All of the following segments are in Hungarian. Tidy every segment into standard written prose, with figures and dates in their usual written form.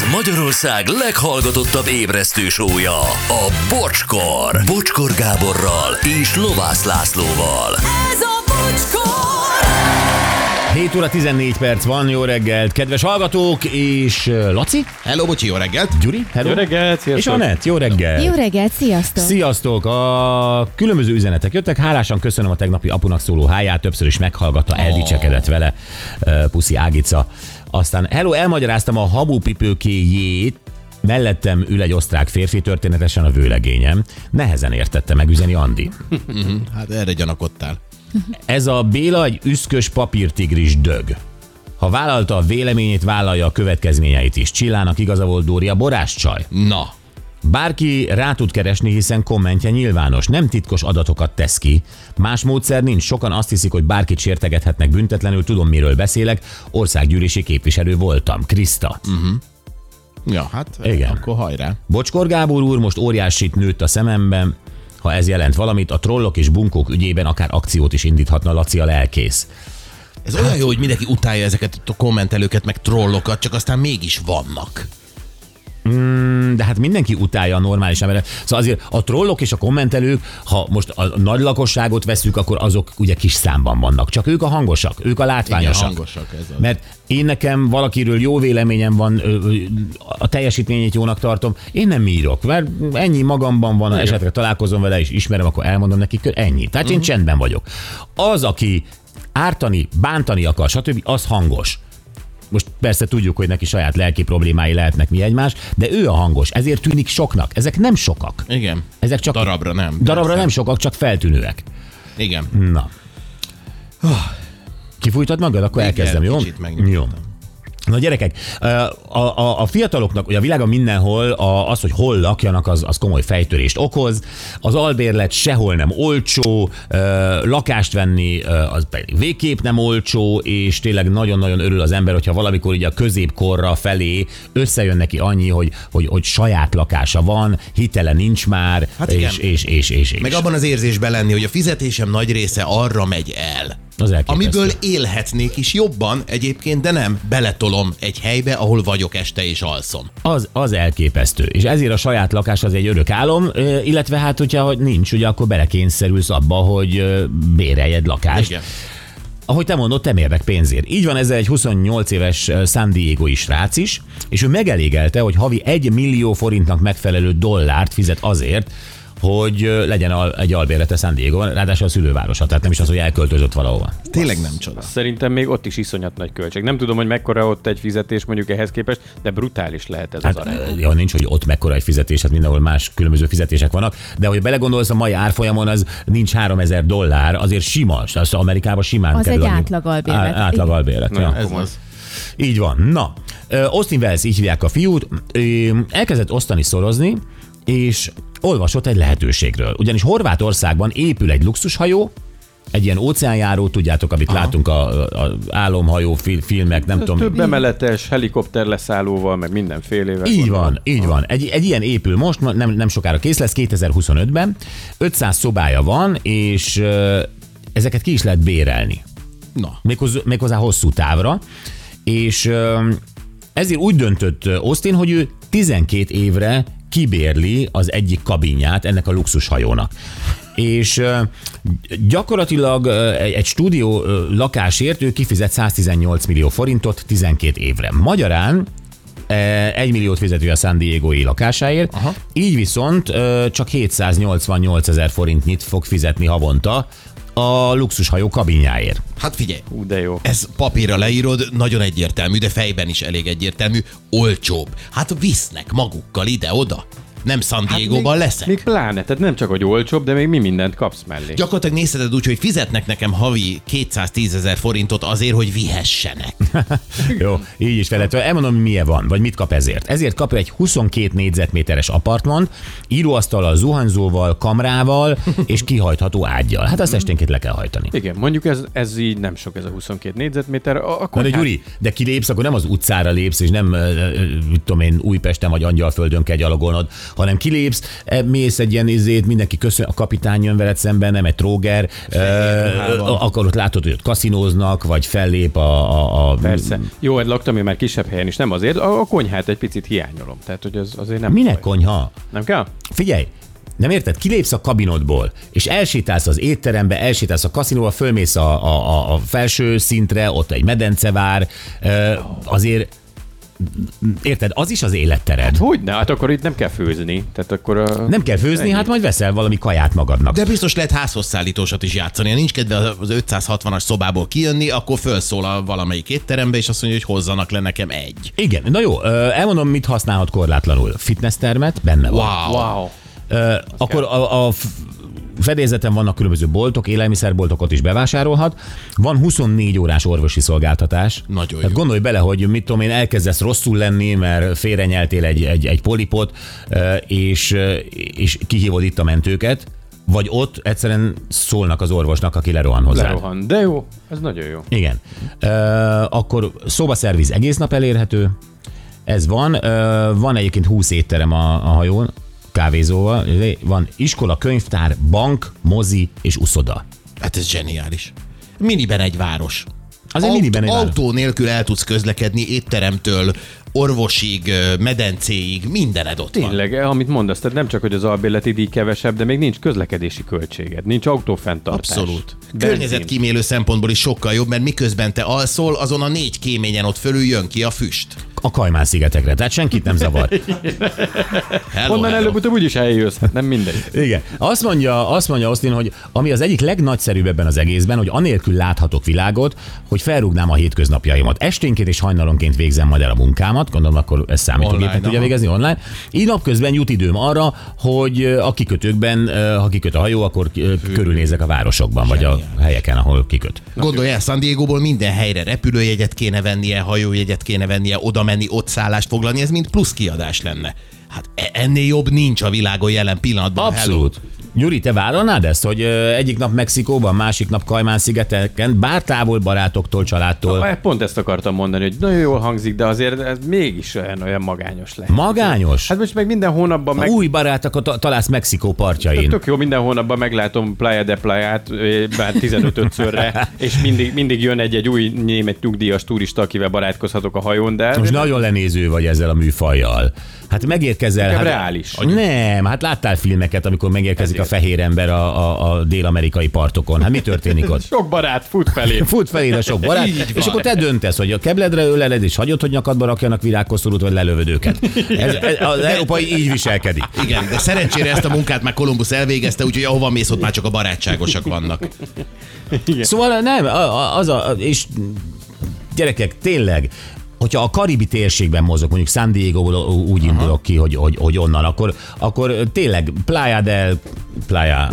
Ez Magyarország leghallgatottabb ébresztő show-ja, a Bocskor. Bocskor Gáborral és Lovász Lászlóval. Ez a Bocskor! 7 óra 14 perc van, jó reggelt, kedves hallgatók, és Laci? Hello, bocsi, jó reggelt! Gyuri? Hello. Jó reggelt, sziasztok! És Anett, jó reggelt! Jó reggelt, sziasztok! Sziasztok! A különböző üzenetek jöttek, hálásan köszönöm a tegnapi apunak szóló háját, többször is meghallgatta, eldicsekedett vele, puszi Ágica. Aztán, hello, elmagyaráztam a habupipőkéjét, mellettem ül egy osztrák férfi, történetesen a vőlegényem. Nehezen értette megüzeni Andi. Hát erre gyanakodtál. Ez a Béla egy üszkös papírtigris dög. Ha vállalta a véleményét, vállalja a következményeit is. Csillának igaza volt, Dória boráscsaj. Na, Bárki rá tud keresni, hiszen kommentje nyilvános. Nem titkos adatokat tesz ki. Más módszer nincs. Sokan azt hiszik, hogy bárkit sértegethetnek büntetlenül. Tudom, miről beszélek. Országgyűlési képviselő voltam. Kriszta. ja, hát Igen. akkor hajrá. Bocskor Gábor úr most óriásit nőtt a szememben. Ha ez jelent valamit, a trollok és bunkók ügyében akár akciót is indíthatna, Laci a lelkész. Ez olyan jó, hogy mindenki utálja ezeket a kommentelőket, meg trollokat, csak aztán mégis vannak. De hát mindenki utálja a normális emberet. Szóval azért a trollok és a kommentelők, ha most a nagy lakosságot veszük, akkor azok ugye kis számban vannak. Csak ők a hangosak, ők a látványosak. Igen, hangosak ez az. Mert én nekem valakiről jó véleményem van, a teljesítményét jónak tartom, én nem írok, mert ennyi magamban van, esetleg találkozom vele és ismerem, akkor elmondom nekik, ennyi. Tehát én csendben vagyok. Az, aki ártani, bántani akar, stb., az hangos. Most persze tudjuk, hogy neki saját lelki problémái lehetnek mi egymás, de ő a hangos, ezért tűnik soknak. Ezek nem sokak. Igen. Ezek csak Darabra nem. Darabra persze. nem sokak, csak feltűnőek. Igen. Na. Kifújtad magad? Akkor Igen, elkezdem, jó? kicsit megnyugodtam. Jó. Na gyerekek, a fiataloknak, ugye a világon mindenhol az, hogy hol lakjanak, az komoly fejtörést okoz. Az albérlet sehol nem olcsó, lakást venni az pedig végképp nem olcsó, és tényleg nagyon-nagyon örül az ember, hogyha valamikor ugye a középkorra felé összejön neki annyi, hogy saját lakása van, hitele nincs már, Hát és. Meg abban az érzésben lenni, hogy a fizetésem nagy része arra megy el. Az elképesztő. Amiből élhetnék is jobban egyébként, de nem, beletolom egy helybe, ahol vagyok este és alszom. Az elképesztő. És ezért a saját lakás az egy örök álom, illetve hát, hogyha nincs, ugye akkor belekényszerülsz abba, hogy béreljed lakást. Igen. Ahogy te mondod, te mérnek pénzért. Így van ezzel egy 28 éves San Diego-i srác is, és ő megelégelte, hogy havi 1 millió forintnak megfelelő dollárt fizet azért, hogy legyen egy albérlete San Diego-ban, ráadásul a szülővárosa, tehát nem is az, hogy elköltözött valahova. Tényleg nem csoda. Szerintem még ott is iszonyat nagy költség. Nem tudom, hogy mekkora ott egy fizetés mondjuk ehhez képest, de brutális lehet ez az arány. Ja, nincs, hogy ott mekkora egy fizetés, hát mindenhol más különböző fizetések vannak, de hogy belegondolsz, a mai árfolyamon az nincs $3000, azért sima, az Amerikában simán Az kerül. egy átlag albérlet. Átlag albérlet. Ja. Ez az. Így van. Na, Austin Wells, így hívják a fiút, elkezdett osztani, szorozni, és olvasott egy lehetőségről. Ugyanis Horvátországban épül egy luxushajó, egy ilyen óceánjáró, tudjátok, amit látunk a álomhajó filmek, nem tudom. Több emeletes, helikopter leszállóval, meg mindenfélével. Így van. Egy ilyen épül most, nem sokára kész lesz, 2025-ben. 500 szobája van, és ezeket ki is lehet bérelni. Na. Méghozzá hosszú távra. És ezért úgy döntött Austin, hogy ő 12 évre kibérli az egyik kabinját ennek a luxushajónak. És gyakorlatilag egy stúdió lakásért ő kifizet 118 millió forintot 12 évre. Magyarán 1 milliót fizet ő a San Diego-i lakásáért, aha. Így viszont csak 788 000 forintnyit fog fizetni havonta a luxushajó kabinjáért. Hát figyelj, De jó. ez papírra leírod, nagyon egyértelmű, de fejben is elég egyértelmű, olcsóbb. Hát visznek magukkal ide-oda. Nem San Diego-ban leszek. Még pláne, tehát nem csak, hogy olcsóbb, de még mi mindent kapsz mellé. Gyakorlatilag nézheted úgy, hogy fizetnek nekem havi 210 000 forintot azért, hogy vihessenek. Jó, így is felett. Elmondom, milyen van, vagy mit kap ezért. Ezért kap ő egy 22 négyzetméteres apartmant, íróasztallal, zuhanyzóval, kamrával és kihajtható ággyal. Hát azt esténként le kell hajtani. Igen, mondjuk ez így nem sok, ez a 22 négyzetméter. Na de Gyuri, de kilépsz, akkor nem az utcára lépsz, és nem, mit tudom én, Újpesten vagy Angyalföldön kell gyalogolnod, hanem kilépsz, mész egy ilyen izét, mindenki köszön, a kapitány jön veled szemben, nem egy tróger, akkor ott látod, hogy ott kaszinóznak, vagy fellép a Persze. Jó, hát laktam én már kisebb helyen is, nem azért, a konyhát egy picit hiányolom. Tehát, hogy az azért nem... Minek baj. konyha? Nem kell? Figyelj, nem érted? Kilépsz a kabinodból, és elsétálsz az étterembe, elsétálsz a kaszinóba, fölmész a felső szintre, ott egy medence vár, azért érted, az is az élettered. Hogyne? Hát akkor itt nem kell főzni. Tehát akkor Nem kell főzni, ennyi. hát majd veszel valami kaját magadnak. De biztos lehet házhozszállítósat is játszani. Ha nincs kedve az 560-as szobából kijönni, akkor felszól a valamelyik étterembe, és azt mondja, hogy hozzanak le nekem egy. Igen, na jó, elmondom, mit használhat korlátlanul. Fitnesstermet, benne van. Wow. Akkor a fedélzeten vannak különböző boltok, élelmiszerboltok, ott is bevásárolhat. Van 24 órás orvosi szolgáltatás. Nagyon Hát jó. gondolj bele, hogy mit tudom én, elkezdesz rosszul lenni, mert félrenyeltél egy polipot, és kihívod itt a mentőket, vagy ott egyszerűen szólnak az orvosnak, aki lerohan hozzá. Lerohan. De jó, ez nagyon jó. Igen. Akkor szobaszerviz egész nap elérhető. Ez van. Van egyébként 20 étterem a hajón, kávézóval. Van iskola, könyvtár, bank, mozi és uszoda. Hát ez zseniális. Miniben egy város. Azért miniben egy város. Autó nélkül el tudsz közlekedni étteremtől, orvosig, medencéig, mindened ott van. Tényleg, amit mondasz, tehát nem csak, hogy az albérleti díj kevesebb, de még nincs közlekedési költséged, nincs autófenntartás. Abszolút. Benzin. Környezetkímélő szempontból is sokkal jobb, mert miközben te alszol, azon a 4 kéményen ott fölül jön ki a füst. A Kajmán-szigetekre, tehát senkit nem zavar. Hello, Onnan hello. előbb-utóbb úgyis eljössz, nem mindegy. Igen. Azt mondja Austin, hogy ami az egyik legnagyszerűbb ebben az egészben, hogy anélkül láthatok világot, hogy felrúgnám a hétköznapjaimat. Esténként és hajnalonként végzem majd el a munkámat, gondolom akkor ezt számítógépen Online, tudja aha. végezni online. Így napközben jut időm arra, hogy a kikötőkben, ha kiköt a hajó, akkor körülnézek a városokban, vagy a helyeken, ahol kiköt. Gondolj el, San Diegóból minden helyre repülőjegyet kéne vennie, hajójegyet kéne vennie, oda menni, ott szállást foglalni, ez mind plusz kiadás lenne. Hát ennél jobb nincs a világon jelen pillanatban. Abszolút. Gyuri, te vállalnád ezt, hogy egyik nap Mexikóban, másik nap Kajmán-szigeteken, bár távol barátoktól, családtól. Pont ezt akartam mondani, hogy nagyon jól hangzik, de azért ez mégis olyan magányos lehet. Magányos? Hát most meg minden hónapban meg... Új barátokat találsz Mexikó partjain. Tök jó, minden hónapban meglátom Playa de Playát, bár 15-szörre, és mindig jön egy új német nyugdíjas turista, akivel barátkozhatok a hajón, de... Most nagyon lenéző vagy ezzel a műfajjal. Hát megérkezel... Inkább Hát, reális. Nem, hát láttál filmeket, amikor megérkezik a fehér ember a dél-amerikai partokon. Hát mi történik ott? Sok barát fut felé. Fut felé a sok barát, és akkor te döntesz, hogy a kebledre öleled, és hagyod, hogy nyakadba rakjanak virágkoszorút, vagy lelövöd őket. Az európai így viselkedik. Igen, de szerencsére ezt a munkát már Kolumbusz elvégezte, úgyhogy ahova mész, ott már csak a barátságosak vannak. Szóval nem, és gyerekek, tényleg, hogyha a karibi térségben mozog, mondjuk San Diego-ból úgy indulok ki, hogy onnan, akkor tényleg Playa.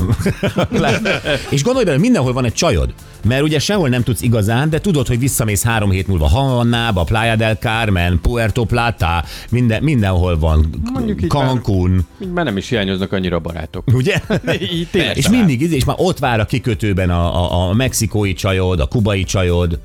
És gondolj bele, mindenhol van egy csajod. Mert ugye sehol nem tudsz igazán, de tudod, hogy visszamész 3 hét múlva Havannába, Playa del Carmen, Puerto Plata, mindenhol van. Mondjuk így Cancún. Már nem is hiányoznak annyira a barátok. Ugye? Így tényleg És talán. mindig, és már ott vár a kikötőben a mexikói csajod, a kubai csajod.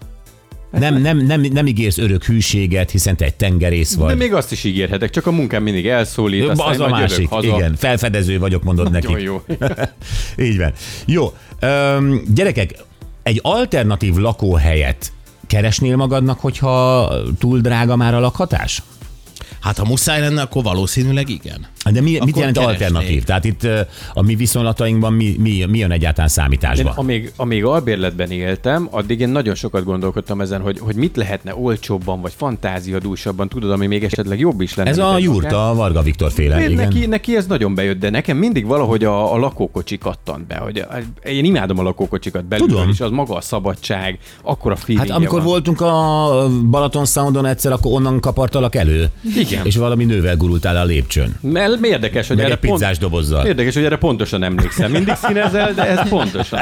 Nem ígérsz örök hűséget, hiszen te egy tengerész vagy. De még azt is ígérhetek, csak a munkám mindig elszólít, aztán Az a majd másik, jövök haza. igen. Felfedező vagyok, mondod neki. Nagyon jó. Így van. Jó. Gyerekek, egy alternatív lakóhelyet keresnél magadnak, hogyha túl drága már a lakhatás? Hát ha muszáj lenne, akkor valószínűleg igen. De mit Akkor jelent keresnék. alternatív? Tehát itt a mi viszonylatainkban mi jön egyáltalán számításba? Amíg albérletben éltem, addig én nagyon sokat gondolkodtam ezen, hogy mit lehetne olcsóbban, vagy fantáziadúsabban, tudod, ami még esetleg jobb is lenne. Ez mint a egy jurta, lakás. a Varga Viktor féle, igen. Neki ez nagyon bejött, de nekem mindig valahogy a lakókocsi kattant be. Hogy én imádom a lakókocsikat belülről, Tudom. és az maga a szabadság, akkora feelingje Hát amikor van. voltunk a Balaton Soundon egyszer, akkor onnan kapartalak elő. Igen. És valami nővel gurultál a lépcsőn. Mi érdekes, hogy Meg erre egy pizzás dobozzal. Érdekes, hogy erre pontosan emlékszem. Mindig színezel, de ez pontosan.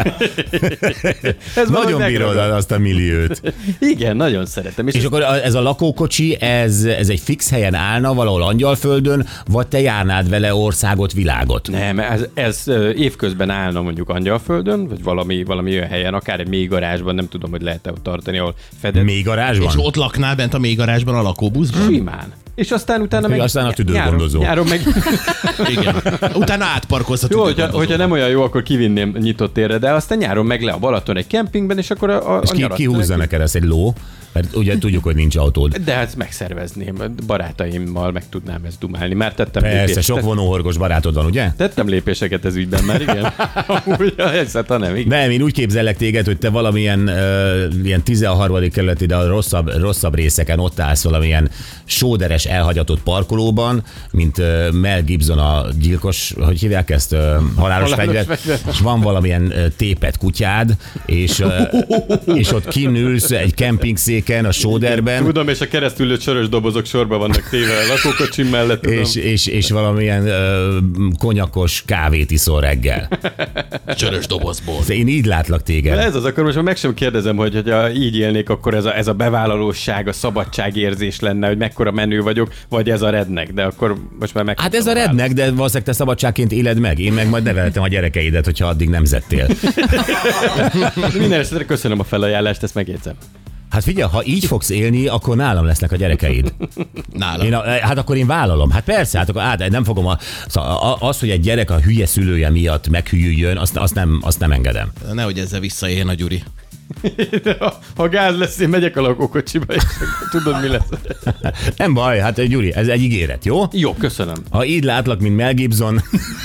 Ez valahogy Nagyon bírod megragad. azt a milliót. Igen, nagyon szeretem. És akkor ez a lakókocsi, ez egy fix helyen állna valahol Angyalföldön, vagy te járnád vele országot, világot? Nem, ez évközben állna mondjuk Angyalföldön, vagy valami olyan helyen, akár egy mély garázsban, nem tudom, hogy lehet-e ott tartani, ahol fedett. Mély garázsban? És ott laknál bent a mélygarázsban a lakóbuszban? Simán. És aztán utána meg... Aztán a tüdőgondozó. Nyáron meg... Igen. Utána átparkolsz a Jó, tüdőgondozóba. hogyha nem olyan jó, akkor kivinném nyitott térre, de aztán nyáron meg le a Balaton egy kempingben, és akkor a És nyarat- ki húzza neked ezt, egy ló? Mert ugye tudjuk, hogy nincs autód. De hát megszervezném, barátaimmal meg tudnám ezt dumálni. Már tettem Persze, sok vonóhorgos barátod van, ugye? Tettem lépéseket ez ügyben már, igen. Amúgy a helyzet, ha nem, igen. Nem, én úgy képzellek téged, hogy te valamilyen ilyen 13. kerületi, de a rosszabb részeken ott állsz valamilyen sóderes elhagyatott parkolóban, mint Mel Gibson a gyilkos, hogy hívják ezt? Halálos fegyver. És van valamilyen tépet kutyád, és ott kinülsz egy kempingszéken a sóderben, Tudom, és a keresztülött sörös dobozok sorba vannak téve a lakókocsim mellett. Tudom. és valamilyen konyakos kávét iszol reggel. Csörös dobozból. Én így látlak téged. De ez az, akkor most már meg sem kérdezem, hogy ha így élnék, akkor ez a bevállalóság, a szabadságérzés lenne, hogy mekkora menő vagyok, vagy ez a rednek, de akkor most már meg. Hát ez a rednek, de valószínűleg te szabadságként éled meg. Én meg majd neveltem a gyerekeidet, hogyha addig nemzettél. Minden esetre köszönöm a felajánlást, ezt megjegyzem. Hát figyelj, ha így fogsz élni, akkor nálam lesznek a gyerekeid. Nálam. Hát akkor én vállalom. Hát persze, hát akkor nem fogom az, hogy egy gyerek a hülye szülője miatt meghűljön, azt nem engedem. Nehogy ezzel visszaéljen a Gyuri. Ha gáz lesz, én megyek a lakókocsiba, és tudod, mi lesz. Nem baj, hát Gyuri, ez egy ígéret, jó? Jó, köszönöm. Ha így látlak, mint Mel Gibson,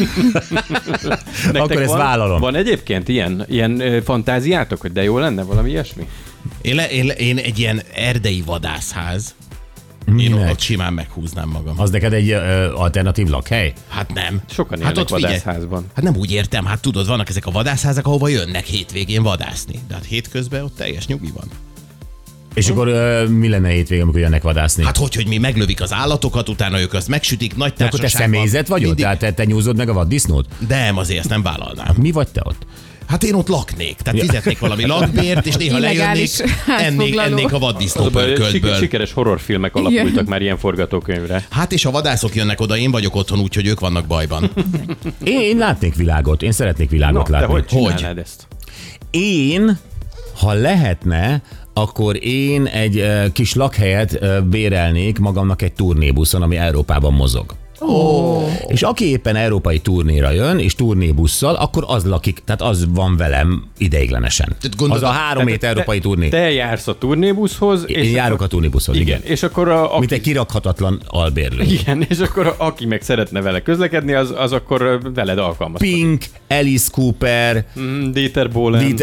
akkor ezt vállalom. Van egyébként ilyen fantáziátok, hogy de jó lenne valami ilyesmi? Én egy ilyen erdei vadászház. Én Minek? ott simán meghúznám magam. Az neked egy alternatív lakhely? Hát nem. Sokan hát élnek figyelj, vadászházban. Hát nem úgy értem, hát tudod, vannak ezek a vadászházak, ahova jönnek hétvégén vadászni. De hát hétközben ott teljes nyugi van. És akkor mi lenne hétvégén, amikor jönnek vadászni? Hát hogy mi meglövik az állatokat, utána ők azt megsütik, nagy de akkor te társaságban. személyzet vagy ott? Mindig... Tehát te nyúzod meg a vaddisznót? Nem, azért ezt nem vállalnám. Mi vagy te ott? Hát én ott laknék, tehát fizetnék valami lakbért, és néha Illegális lejönnék, ennék a vaddisznó pörköltből. Sikeres horrorfilmek alapultak már ilyen forgatókönyvre. Hát és a vadászok jönnek oda, én vagyok otthon, úgyhogy ők vannak bajban. Én látnék világot, én szeretnék világot De látni. hogy csinálnád ezt? Én, ha lehetne, akkor én egy kis lakhelyet bérelnék magamnak egy turnébuszon, ami Európában mozog. És aki éppen európai turnéra jön, és turnébusszal, akkor az lakik, tehát az van velem ideiglenesen. Az a 3 hét európai turné. Te jársz a turnébuszhoz. Én járok a turnébuszhoz, igen. És akkor Mint egy kirakhatatlan albérlő. Igen, és akkor aki meg szeretne vele közlekedni, az akkor veled alkalmazkodik. Pink, Alice Cooper, Dieter Bohlen.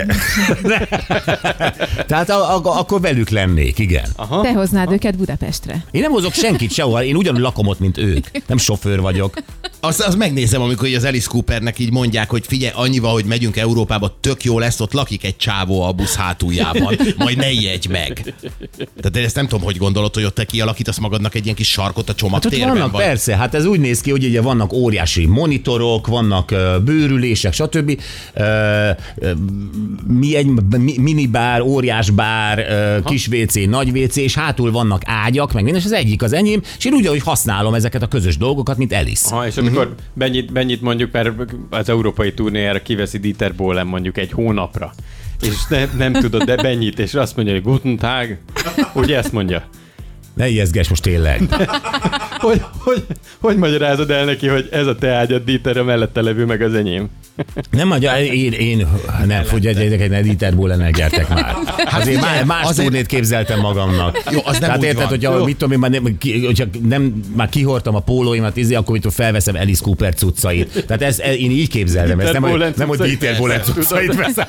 Tehát akkor velük lennék, igen. Te hoznád őket Budapestre. Én nem hozok senkit sehol, én ugyanúgy lakom ott, mint ők. Nem sofőr vagyok. Azt megnézem, amikor az Alice Coopernek így mondják, hogy figyelj, annyival, hogy megyünk Európába, tök jó lesz, ott lakik egy csávó a busz hátuljában, majd ne ijedj meg. Tehát ezt nem tudom, hogy gondolod, hogy ott te kialakítasz magadnak egy ilyen kis sarkot a Hát ott csomagtérben. vannak, vagy... persze, hát ez úgy néz ki, hogy ugye vannak óriási monitorok, vannak bőrülések, stb. Minibár, óriás bár, kis WC, nagy WC, és hátul vannak ágyak, meg minden, és az egyik az enyém, és én ugyanúgy használom ezeket a közös dolgokat, mint Alice. És amikor Bennyit mondjuk, mert az európai turnéjára kiveszi Dieter Bohlen mondjuk egy hónapra, és nem tudod, de Bennyit, és azt mondja, hogy Guten Tag, ugye ezt mondja? Ne ijeszgess most tényleg. Hogy magyarázod el neki, hogy ez a te ágyad, Dieter, a mellette levő, meg az enyém? Nem mondja, nem, fogyjatok, ne Dieter Bohlennel gyertek már. Azért más turnét képzeltem magamnak. Jó, az nem tehát úgy érted, van. hogyha mit tudom én, hogyha már kihordtam a pólóimat, akkor mitől felveszem Alice Cooper cuccait. Tehát én így képzeltem ezt, nem hogy Dieter Bohlen cuccait veszem.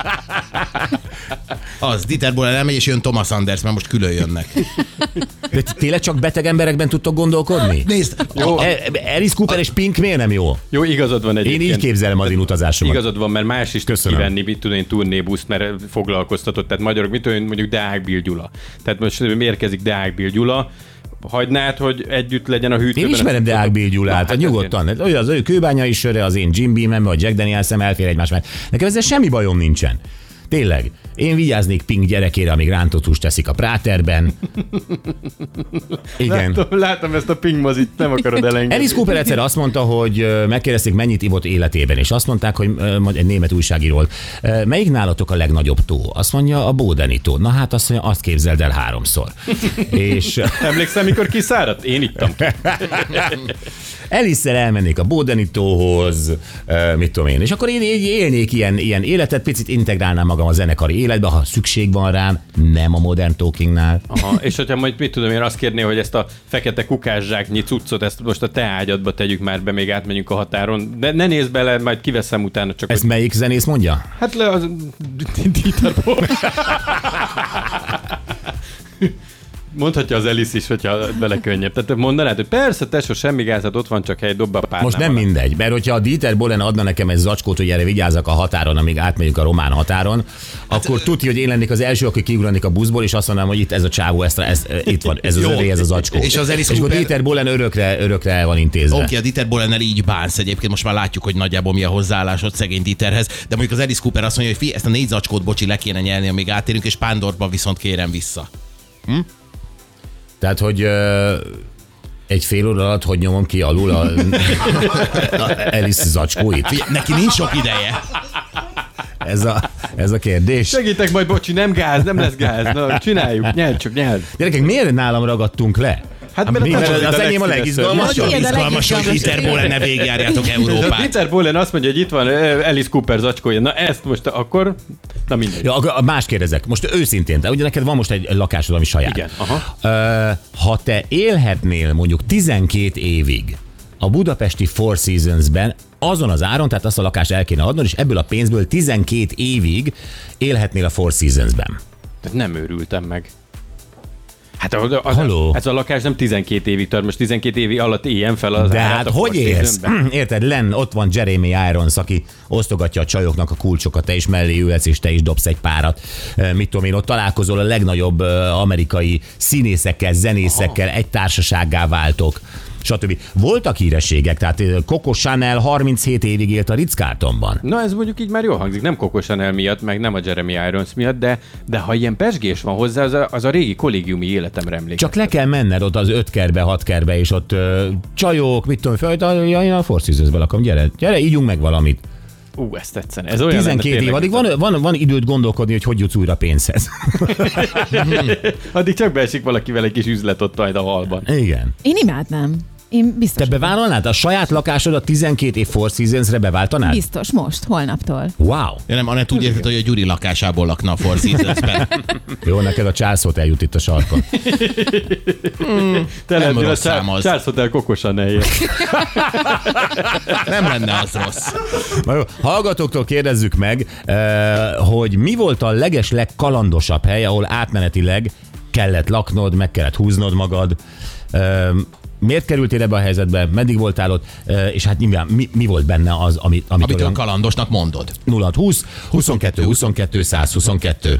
Az, Dieter Bohlen elmegy, és jön Thomas Anders, mert most külön jönnek. De tényleg csak beteg emberekben tudtok gondolkodni? Nézd, Alice Cooper és Pink miért nem jó? Jó, igazad van egyébként. Én így képzelem az én utazásomat. Igazad van, mert más is tud Köszönöm. kivenni, mit tudom én, turnébuszt, mert foglalkoztatott. Tehát magyarok, mit tudom én, mondjuk Deák Bill Gyula. Tehát most érkezik Deák Bill Gyula, hagynád, hogy együtt legyen a hűtőben? Én ismerem Deák Bill Gyulát, nyugodtan. Olyan az ő kőbányai söre, az én Jim Beam-em, vagy Jack Danielsem elfér egymás mellett. Nekem ezzel semmi bajom nincsen. Tényleg. Én vigyáznék Pink gyerekére, amíg rántott húst teszik a Práterben. Igen. Látom ezt a Pink mozit, nem akarod elengedni. Alice Cooper egyszer azt mondta, hogy megkérdezték, mennyit ivott életében, és azt mondták, hogy egy német újságíró, melyik nálatok a legnagyobb tó? Azt mondja, a Bódeni tó. Na hát azt mondja, azt képzeld el 3-szor. És Emlékszem, mikor kiszáradt? Én ittam ki. Alice-szel elmennék a Bódeni tóhoz, mit tudom én, és akkor én élnék ilyen életet, picit integrálnám magam a zenekari életbe, ha szükség van rám, nem a Modern Talkingnál. Aha, és hogyha majd mit tudom én azt kérné, hogy ezt a fekete kukászsáknyi cuccot, ezt most a te ágyadba tegyük már be, még átmegyünk a határon. De ne nézz bele, majd kiveszem utána csak. Ezt melyik zenész mondja? Hát le az Dieter Bohlen. Mondhatja az Alice is, hogyha vele könnyebb. Tehát mondanád, hogy persze, tesó, semmi gázat, ott van csak hely, dobba a párnával. Most nem mindegy, mert hogyha a Dieter Bohlen adna nekem egy zacskót, hogy erre vigyázzak a határon, amíg átmegyünk a román határon, akkor tudja, hogy én lennék az első, aki kiugranik a buszból, és azt mondanám, hogy itt ez a csávó, itt van, ez az övé, ez a zacskó. És az Alice és Cooper... akkor Dieter Bohlen örökre el van intézve. Oké, a Dieter Bohlennel így bánsz egyébként, most már látjuk, hogy nagyjából mi a hozzáállásod szegény Dieterhez, de mondjuk az Alice Cooper azt mondja, hogy ezt a 4 zacskót, bocsi, le kéne nyelni, amíg átérünk, és Pándorba viszont kérem vissza. Tehát, hogy egy fél óra alatt, hogy nyomom ki alul a Alice zacskóit? Neki nincs sok ideje. Ez a kérdés. Segítek majd, bocsi, nem gáz, nem lesz gáz. Na, csináljuk, nyeld. Gyerekek, miért nálam ragadtunk le? Hát mert Az enyém a legizgalmasabb. Nagyon izgalmas, hogy Dieter Bohlennel végigjárjátok Európát. Dieter Bohlen azt mondja, hogy itt van Alice Cooper zacskója. Na ezt most akkor, na mindegy. Ja, más kérdezek. Most őszintén, de ugye neked van most egy lakásod, ami saját. Igen, aha. Ha te élhetnél mondjuk 12 évig a budapesti Four Seasons-ben azon az áron, tehát azt a lakást el kéne adnod, és ebből a pénzből 12 évig élhetnél a Four Seasons-ben. Tehát nem őrültem meg. Hát ez a lakás nem 12 évig tart, most 12 évi alatt éljen fel az de árat hát a hogy Four érsz? Seasons-ben. Érted, ott van Jeremy Irons, aki osztogatja a csajoknak a kulcsokat, te is mellé ülhetsz, és te is dobsz egy párat. Mit tudom én, ott találkozol a legnagyobb amerikai színészekkel, zenészekkel, egy társasággá váltok, stb. Voltak hírességek, tehát Coco Chanel 37 évig élt a Ritz-Carltonban. Na ez mondjuk így már jól hangzik, nem Coco Chanel miatt, meg nem a Jeremy Irons miatt, de ha ilyen pesgés van hozzá, az a régi kollégiumi életemre emlékszik. Csak le kell menned ott az 5 kerbe, 6 kerbe, és ott csajok, mit tudom, én a Four Seasons-ben lakom, gyere, ígyunk meg valamit. Ezt tetszene. Ez olyan 12 év, addig van időt gondolkodni, hogy jutsz újra pénzhez. Addig csak beesik valakivel egy kis üzlet ott majd a halban. Igen. Én imádnám. Én biztos. Te bevállalnád? A saját lakásod a 12 év Four Seasons-re beváltanád? Biztos, most, holnaptól. Wow. Ja, nem, Anett úgy érted, hogy a Gyuri lakásából lakna a Four Seasons-ben. Jó, neked a Charles Hotel jut itt a sarkon. Te Nem lennél rossz a szám az. Charles Hotel Coco Chanel-je. Nem lenne az rossz. Na jó, hallgatóktól kérdezzük meg, hogy mi volt a legkalandosabb hely, ahol átmenetileg kellett laknod, meg kellett húznod magad. Miért kerültél ebbe a helyzetbe, meddig voltál ott, és hát nyilván mi volt benne az, amit Amit olyan kalandosnak mondod. 0-20 22 22 122.